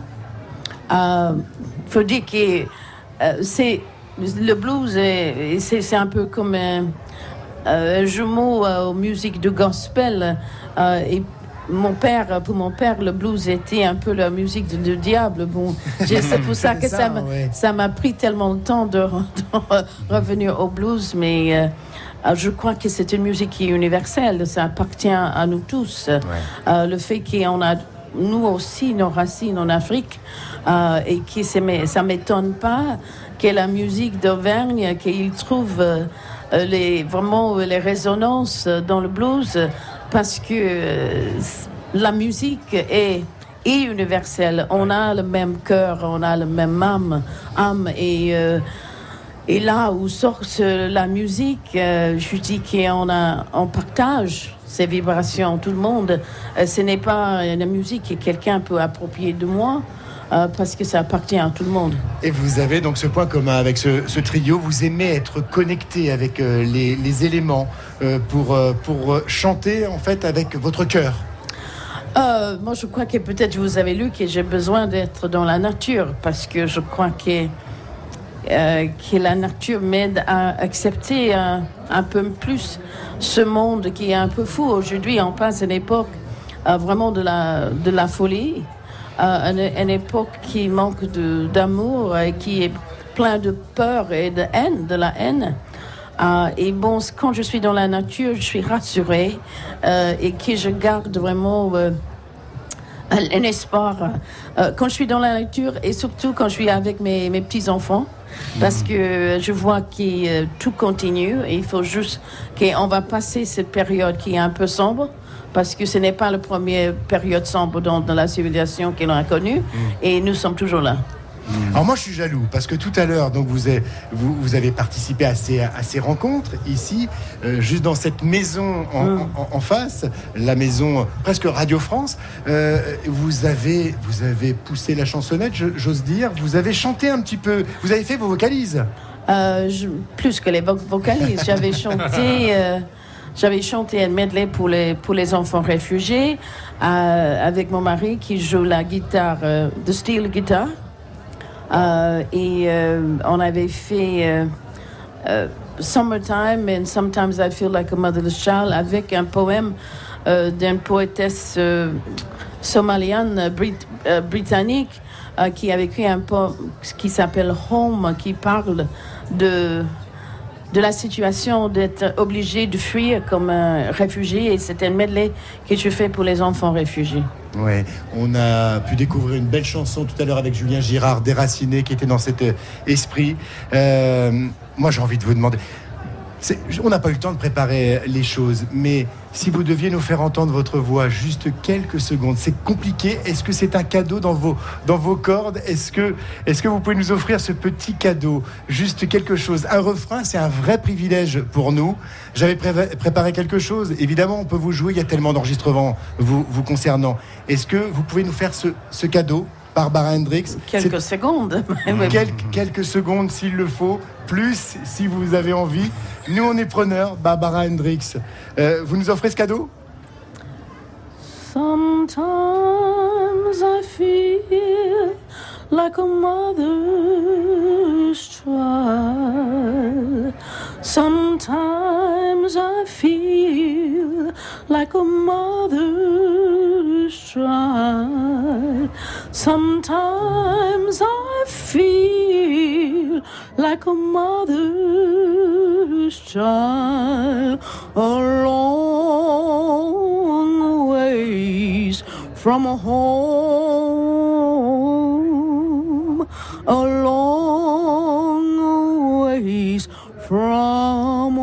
Faut dire que c'est... Le blues, c'est un peu comme un jumeau aux musiques de gospel. Et pour mon père, le blues était un peu la musique du diable. Bon, c'est pour ça que ça m'a pris tellement de temps de revenir au blues. Mais je crois que c'est une musique qui est universelle. Ça appartient à nous tous. Le fait qu'on a, nous aussi, nos racines en Afrique, et que ça ne m'étonne pas que la musique d'Auvergne, qu'ils trouvent vraiment les résonances dans le blues, parce que la musique est universelle. On a le même cœur, on a le même âme et là où sort la musique, je dis qu'on partage ces vibrations, tout le monde. Ce n'est pas une musique que quelqu'un peut approprier de moi, parce que ça appartient à tout le monde. Et vous avez donc ce point commun avec ce trio, vous aimez être connecté avec les éléments pour chanter en fait avec votre cœur. Moi je crois que peut-être vous avez lu que j'ai besoin d'être dans la nature, parce que je crois que la nature m'aide à accepter un peu plus ce monde qui est un peu fou. Aujourd'hui on passe une époque vraiment de la folie, une époque qui manque d'amour, qui est plein de peur et de haine, de la haine. Et bon, quand je suis dans la nature, je suis rassurée et que je garde vraiment un espoir. Quand je suis dans la nature et surtout quand je suis avec mes petits-enfants, parce que je vois que tout continue et il faut juste qu'on va passer cette période qui est un peu sombre, parce que ce n'est pas la première période sombre dans la civilisation qu'on a connue, et nous sommes toujours là. Alors moi je suis jaloux parce que tout à l'heure donc vous avez participé à ces rencontres ici, juste dans cette maison en face, la maison presque Radio France. Vous avez poussé la chansonnette, j'ose dire. Vous avez chanté un petit peu. Vous avez fait vos vocalises. Plus que les vocalises, j'avais chanté un medley pour les enfants réfugiés avec mon mari qui joue la guitare, de steel guitar. On avait fait Summertime and Sometimes I Feel Like a Motherless Child avec un poème d'une poétesse somalienne britannique qui avait écrit un poème qui s'appelle Home, qui parle de la situation d'être obligé de fuir comme un réfugié, et c'est un medley que je fais pour les enfants réfugiés. Ouais, on a pu découvrir une belle chanson tout à l'heure avec Julien Girard, Déraciné, qui était dans cet esprit. Moi, j'ai envie de vous demander... On n'a pas eu le temps de préparer les choses, mais si vous deviez nous faire entendre votre voix juste quelques secondes, c'est compliqué. Est-ce que c'est un cadeau dans vos cordes ? Est-ce que vous pouvez nous offrir ce petit cadeau ? Juste quelque chose. Un refrain, c'est un vrai privilège pour nous. J'avais préparé quelque chose. Évidemment, on peut vous jouer. Il y a tellement d'enregistrements vous concernant. Est-ce que vous pouvez nous faire ce cadeau ? Barbara Hendricks. Quelques secondes. Quelques secondes s'il le faut, plus si vous avez envie. Nous, on est preneurs, Barbara Hendricks. Vous nous offrez ce cadeau ? Sometimes I feel like a mother's child. Sometimes I feel like a mother's child. Sometimes I feel like a mother's child. A long ways from home. A long ways from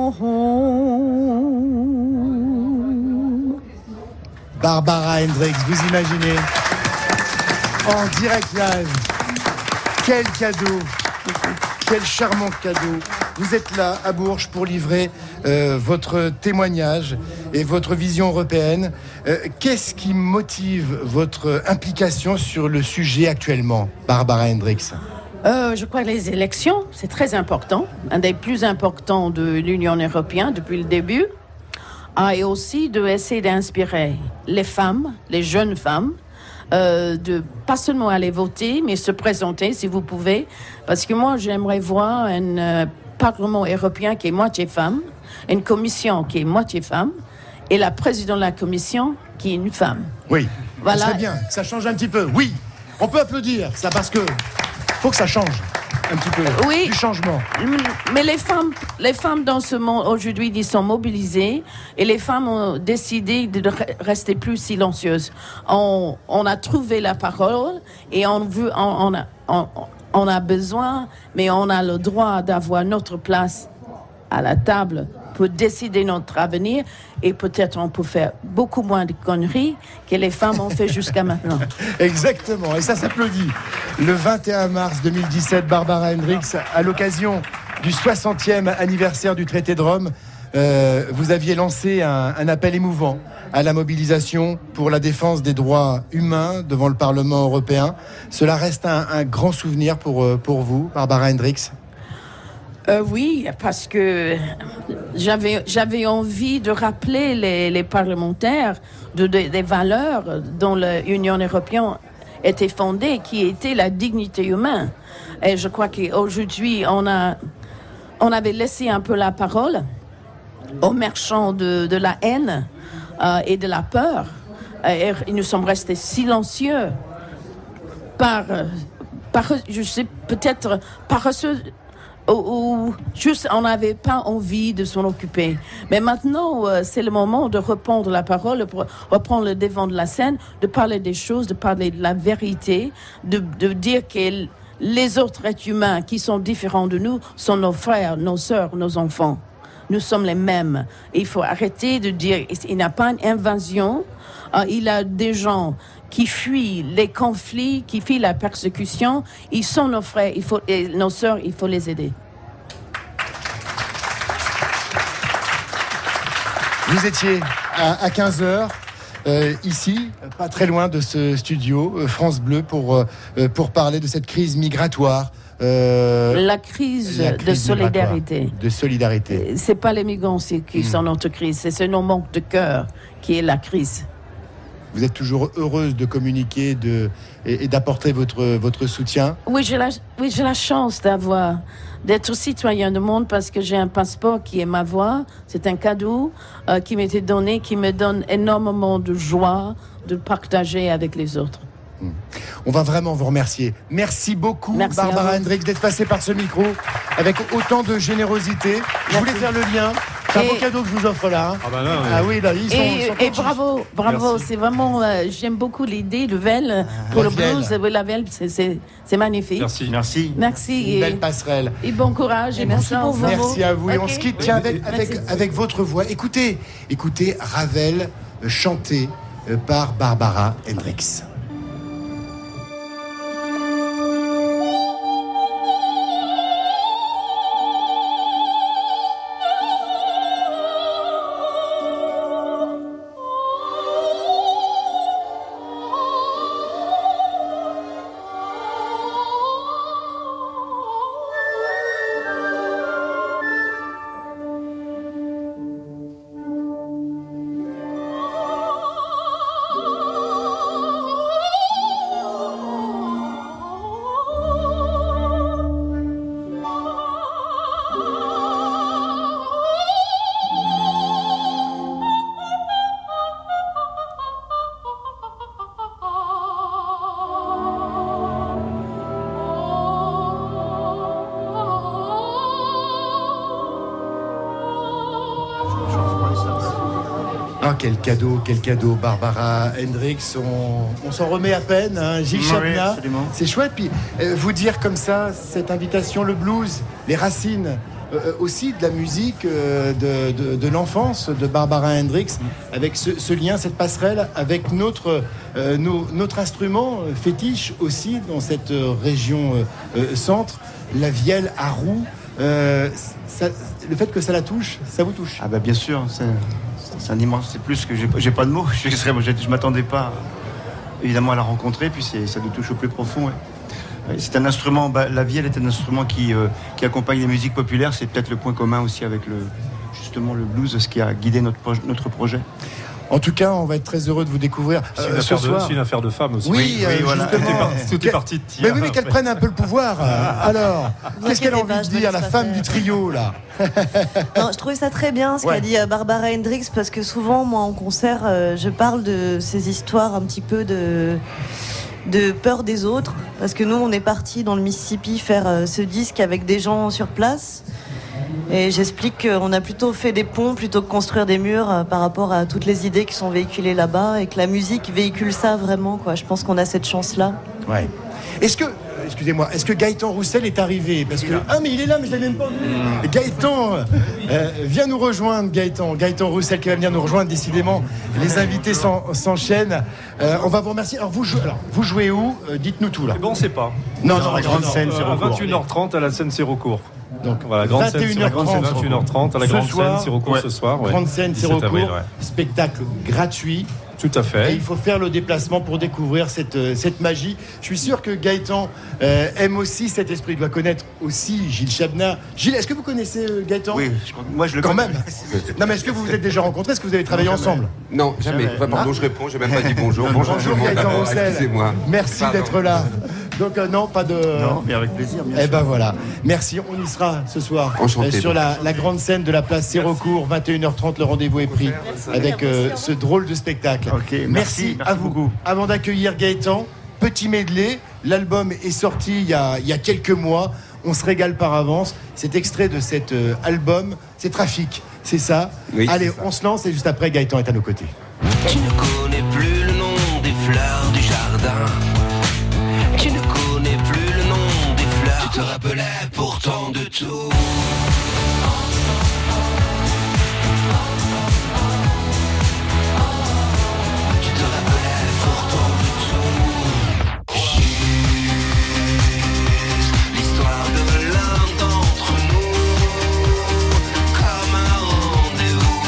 home. Barbara Hendricks, vous imaginez, en direct live, quel cadeau, quel charmant cadeau. Vous êtes là à Bourges pour livrer votre témoignage et votre vision européenne. Qu'est-ce qui motive votre implication sur le sujet actuellement, Barbara Hendricks ? Je crois que les élections, c'est très important, un des plus importants de l'Union européenne depuis le début, et aussi d'essayer d'inspirer les femmes, les jeunes femmes, de pas seulement aller voter, mais se présenter si vous pouvez, parce que moi j'aimerais voir un Parlement européen qui est moitié femme, une commission qui est moitié femme, et la présidente de la commission qui est une femme. Oui, voilà. Ça serait bien, ça change un petit peu. Oui, on peut applaudir ça parce que faut que ça change un petit peu. Oui, du changement. Mais les femmes dans ce monde aujourd'hui, ils sont mobilisées et les femmes ont décidé de rester plus silencieuses. On a trouvé la parole et on a besoin, mais on a le droit d'avoir notre place à la table pour décider notre avenir et peut-être on peut faire beaucoup moins de conneries que les femmes ont fait jusqu'à maintenant. Exactement, et ça s'applaudit. Le 21 mars 2017, Barbara Hendricks, à l'occasion du 60e anniversaire du traité de Rome, vous aviez lancé un appel émouvant à la mobilisation pour la défense des droits humains devant le Parlement européen. Cela reste un grand souvenir pour vous, Barbara Hendricks? Oui, parce que j'avais envie de rappeler les parlementaires des valeurs dont l'Union européenne était fondée, qui était la dignité humaine. Et je crois qu'aujourd'hui, on avait laissé un peu la parole aux marchands de la haine et de la peur. Et nous sommes restés silencieux je sais, peut-être paresseux, ou juste on n'avait pas envie de s'en occuper. Mais maintenant, c'est le moment de reprendre la parole, de reprendre le devant de la scène, de parler des choses, de parler de la vérité, de dire que les autres êtres humains qui sont différents de nous sont nos frères, nos sœurs, nos enfants. Nous sommes les mêmes. Il faut arrêter de dire qu'il n'y a pas une invasion. Il y a des gens qui fuient les conflits, qui fuient la persécution. Ils sont nos frères, et nos sœurs, il faut les aider. Vous étiez à 15h, ici, pas très loin de ce studio, France Bleu, pour parler de cette crise migratoire. La crise de solidarité. De solidarité. C'est pas les migrants qui sont notre crise, c'est nos manques de cœur qui est la crise. Vous êtes toujours heureuse de communiquer et d'apporter votre soutien? Oui, j'ai la chance d'être citoyen du monde parce que j'ai un passeport qui est ma voix. C'est un cadeau qui m'était donné, qui me donne énormément de joie de partager avec les autres. On va vraiment vous remercier. Merci beaucoup, Barbara Hendricks, d'être passée par ce micro avec autant de générosité. Je voulais faire le lien. C'est un beau cadeau que je vous offre là. Hein. Ah oui, là, ils sont et bravo. Merci. C'est vraiment, j'aime beaucoup l'idée de Velle pour le blues. La Velle, c'est magnifique. Merci. Une belle passerelle. Et bon courage. Et merci pour vous. Merci à vous. Et on se quitte avec votre voix. Écoutez Ravel chanté par Barbara Hendricks. Ah, quel cadeau, Barbara Hendricks. On s'en remet à peine, hein, Gilles Chapna. C'est chouette. Puis vous dire comme ça, cette invitation, le blues, les racines aussi de la musique, de l'enfance de Barbara Hendricks, avec ce lien, cette passerelle avec notre instrument fétiche aussi dans cette région centre, la vielle à roue. Le fait que ça la touche, ça vous touche? Ah bah bien sûr, c'est un immense, c'est plus que j'ai pas de mots. Je m'attendais pas évidemment à la rencontrer, puis ça nous touche au plus profond. Ouais. C'est un instrument, la vielle est un instrument qui accompagne les musiques populaires. C'est peut-être le point commun aussi avec justement le blues, ce qui a guidé notre projet. En tout cas, on va être très heureux de vous découvrir ce soir. C'est une affaire de femme aussi. Oui, voilà. Tout est parti de tir. Mais oui, mais qu'elle prenne un peu le pouvoir. Alors, qu'est-ce qu'elle a envie de dire, la femme du trio, là? Non, je trouvais ça très bien ce qu'a dit Barbara Hendricks, parce que souvent, moi, en concert, je parle de ces histoires un petit peu de peur des autres, parce que nous, on est partis dans le Mississippi faire ce disque avec des gens sur place. Et j'explique qu'on a plutôt fait des ponts plutôt que construire des murs par rapport à toutes les idées qui sont véhiculées là-bas, et que la musique véhicule ça vraiment, quoi. Je pense qu'on a cette chance-là. Ouais. Est-ce que Gaëtan Roussel est arrivé? Parce que mais il est là, mais je l'ai même pas vu. Gaëtan, Viens nous rejoindre, Gaëtan. Gaëtan Roussel qui va venir nous rejoindre. Décidément, les invités s'enchaînent. On va vous remercier. Alors, vous jouez où? Dites-nous tout là. Bon, on sait pas. Non, la grande scène, c'est à 21h30 à la scène Sirocourt. Donc voilà, grande scène, 21h30 à la grande scène Sirocourt ce soir. Grande scène Sirocourt, spectacle gratuit. Tout à fait. Et il faut faire le déplacement pour découvrir cette magie. Je suis sûr que Gaëtan aime aussi cet esprit. Il doit connaître aussi Gilles Chabnat. Gilles, est-ce que vous connaissez Gaëtan? Oui, moi je le connais. Quand même. Non, mais est-ce que vous vous êtes déjà rencontrés? Est-ce que vous avez travaillé ensemble? Non, jamais. Pardon, je réponds. J'ai même pas dit bonjour. Bonjour Gaëtan Roussel. Excusez-moi. Merci d'être là. Donc non, pas de... Non, mais avec plaisir, bien sûr. Eh ben voilà. Merci, on y sera ce soir. Enchanté. Sur la grande scène de la place Sirocourt, 21h30, le rendez-vous est pris avec ce drôle de spectacle. Okay, merci à vous. Beaucoup. Avant d'accueillir Gaëtan, petit medley. L'album est sorti il y a quelques mois. On se régale par avance. C'est extrait de cet album. C'est Trafic, c'est ça? Oui, allez, c'est ça. on se lance et juste après, Gaëtan est à nos côtés. Tu ne connais plus le nom des fleurs du jardin. Tu ne connais plus le nom des fleurs. Tu te rappelais pourtant de tout. Tu te rappelais pourtant de tout. Juste l'histoire de l'un d'entre nous. Comme un rendez-vous.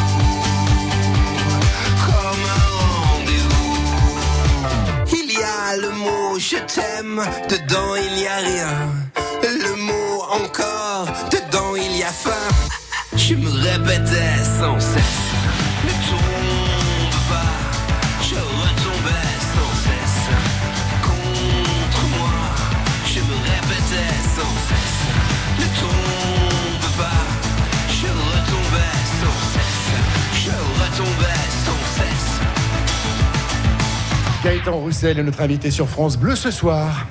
Comme un rendez-vous. Il y a le mot je t'aime, dedans il n'y a rien. Le mot encore, dedans il y a faim. Je me répétais sans cesse, ne tombe pas. Je retombais sans cesse, contre moi. Je me répétais sans cesse, ne tombe pas. Je retombais sans cesse, je retombais sans cesse. Gaëtan Roussel est notre invité sur France Bleu ce soir.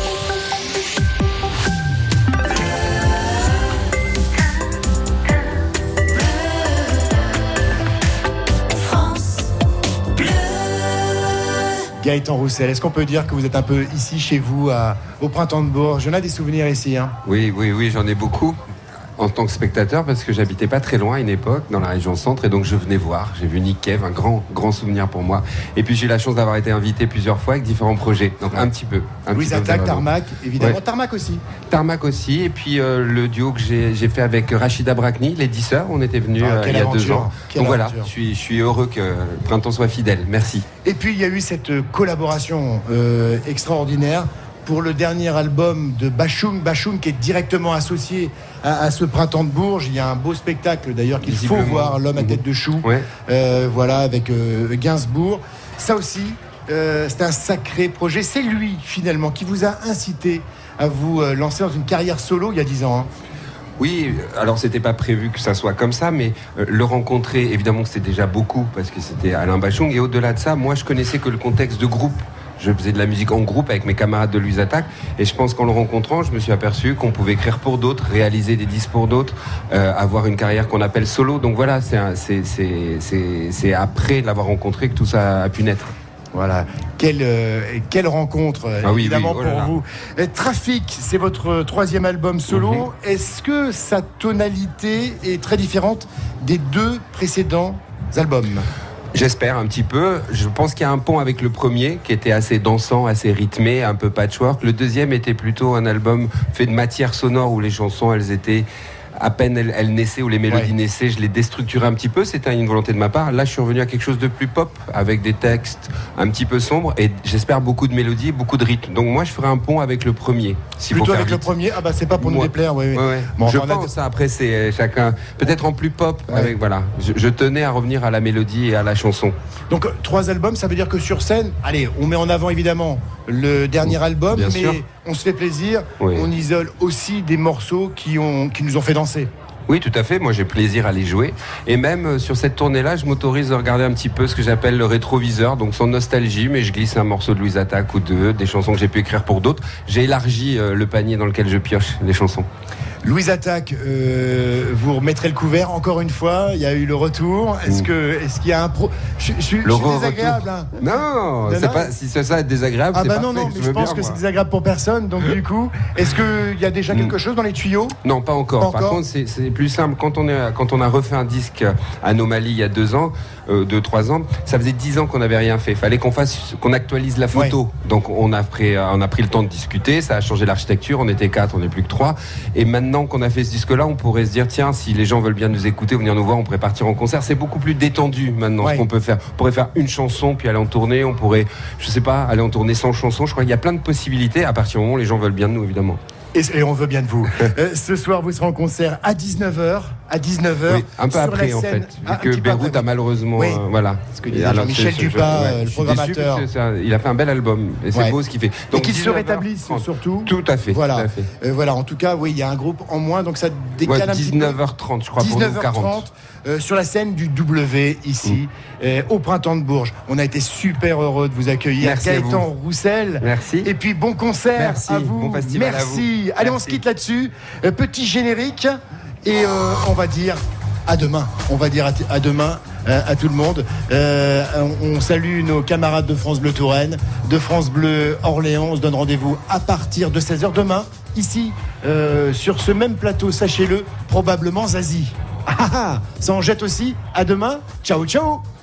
Gaëtan Roussel, est-ce qu'on peut dire que vous êtes un peu ici chez vous au Printemps de Bourges? On a des souvenirs ici, hein? Oui, j'en ai beaucoup. En tant que spectateur, parce que j'habitais pas très loin à une époque, dans la région centre, et donc je venais voir. J'ai vu Nick Cave, un grand souvenir pour moi. Et puis j'ai eu la chance d'avoir été invité plusieurs fois avec différents projets. Donc un petit peu. Louise Attaque, Tarmac, évidemment. Ouais. Tarmac aussi. Et puis le duo que j'ai fait avec Rachida Brakni, les 10 sœurs, on était venus il y a 2 ans. Donc voilà, je suis heureux que le printemps soit fidèle. Merci. Et puis il y a eu cette collaboration extraordinaire pour le dernier album de Bachung qui est directement associé à ce Printemps de Bourges. Il y a un beau spectacle d'ailleurs qu'il faut voir, L'homme à tête de chou, voilà, avec Gainsbourg. Ça aussi, c'est un sacré projet. C'est lui finalement qui vous a incité à vous lancer dans une carrière solo il y a 10 ans, hein. Oui, alors c'était pas prévu que ça soit comme ça, mais le rencontrer, évidemment que c'était déjà beaucoup parce que c'était Alain Bachung, et au-delà de ça, moi je connaissais que le contexte de groupe. Je faisais de la musique en groupe avec mes camarades de Louise Attaque, et je pense qu'en le rencontrant, je me suis aperçu qu'on pouvait écrire pour d'autres, réaliser des disques pour d'autres, avoir une carrière qu'on appelle solo. Donc voilà, c'est après l'avoir rencontré que tout ça a pu naître. Voilà, quelle rencontre, évidemment, pour vous. Trafic, c'est votre 3e album solo. Est-ce que sa tonalité est très différente des 2 précédents albums ? J'espère un petit peu. Je pense qu'il y a un pont avec le premier qui était assez dansant, assez rythmé, un peu patchwork. Le deuxième était plutôt un album fait de matière sonore où les chansons, elles étaient à peine elles naissaient, ou les mélodies naissaient, je les déstructurais un petit peu. C'était une volonté de ma part. Là, je suis revenu à quelque chose de plus pop, avec des textes un petit peu sombres, et j'espère beaucoup de mélodies et beaucoup de rythme. Donc moi, je ferai un pont avec le premier. Plutôt avec le premier. Ah bah c'est pas pour nous déplaire. Oui. Bon, je pense. Après, c'est chacun. Peut-être en plus pop. Avec voilà. Je tenais à revenir à la mélodie et à la chanson. Donc 3 albums, ça veut dire que sur scène, allez, on met en avant évidemment le dernier album, bien sûr. On se fait plaisir. On isole aussi des morceaux qui nous ont fait danser. Oui, tout à fait. Moi, j'ai plaisir à les jouer. Et même sur cette tournée-là, je m'autorise à regarder un petit peu ce que j'appelle le rétroviseur, donc sans nostalgie, mais je glisse un morceau de Louise Attaque ou des chansons que j'ai pu écrire pour d'autres. J'ai élargi le panier dans lequel je pioche les chansons. Louise Attaque, vous vous remettrez le couvert encore une fois. Il y a eu le retour. Est-ce qu'il y a un je suis désagréable. Hein. Non, c'est pas si c'est ça être désagréable. Ah c'est bah parfait, non, mais je pense que c'est désagréable pour personne. Donc du coup, est-ce qu'il y a déjà quelque chose dans les tuyaux? Non, pas encore. Par contre, c'est plus simple. Quand on a refait un disque Anomalie il y a 2-3 ans, ça faisait 10 ans qu'on n'avait rien fait. Il fallait qu'on actualise la photo. Donc on a pris le temps de discuter. Ça a changé l'architecture. On était 4, on n'est plus que 3. Et maintenant qu'on a fait ce disque-là, on pourrait se dire tiens, si les gens veulent bien nous écouter, venir nous voir, on pourrait partir en concert. C'est beaucoup plus détendu maintenant ce qu'on peut faire. On pourrait faire une chanson puis aller en tournée. On pourrait, je sais pas, aller en tournée sans chanson. Je crois qu'il y a plein de possibilités à partir du moment où les gens veulent bien de nous, évidemment. Et on veut bien de vous. Ce soir, vous serez en concert à 19h. Oui, un peu après, en fait. Vu que Beyrouth a malheureusement. Voilà. Parce que Michel Dupin, le programmateur. Il a fait un bel album. Et c'est beau ce qu'il fait. Donc, et qu'il se rétablisse, surtout. Tout à fait. Voilà. Voilà. En tout cas, oui, il y a un groupe en moins. Donc ça décale un petit peu. 19h30, je crois, pour nous, 40. Sur la scène du W, ici, au Printemps de Bourges. On a été super heureux de vous accueillir. Merci Gaëtan Roussel. Merci. Et puis, bon concert à vous. Bon festival Merci. à vous. Allez, on se quitte là-dessus. Petit générique. Et on va dire à demain. On va dire à demain à tout le monde. On salue nos camarades de France Bleu Touraine, de France Bleu Orléans. On se donne rendez-vous à partir de 16h demain, ici, sur ce même plateau, sachez-le, probablement Zazie. Ça en jette aussi. À demain. Ciao, ciao.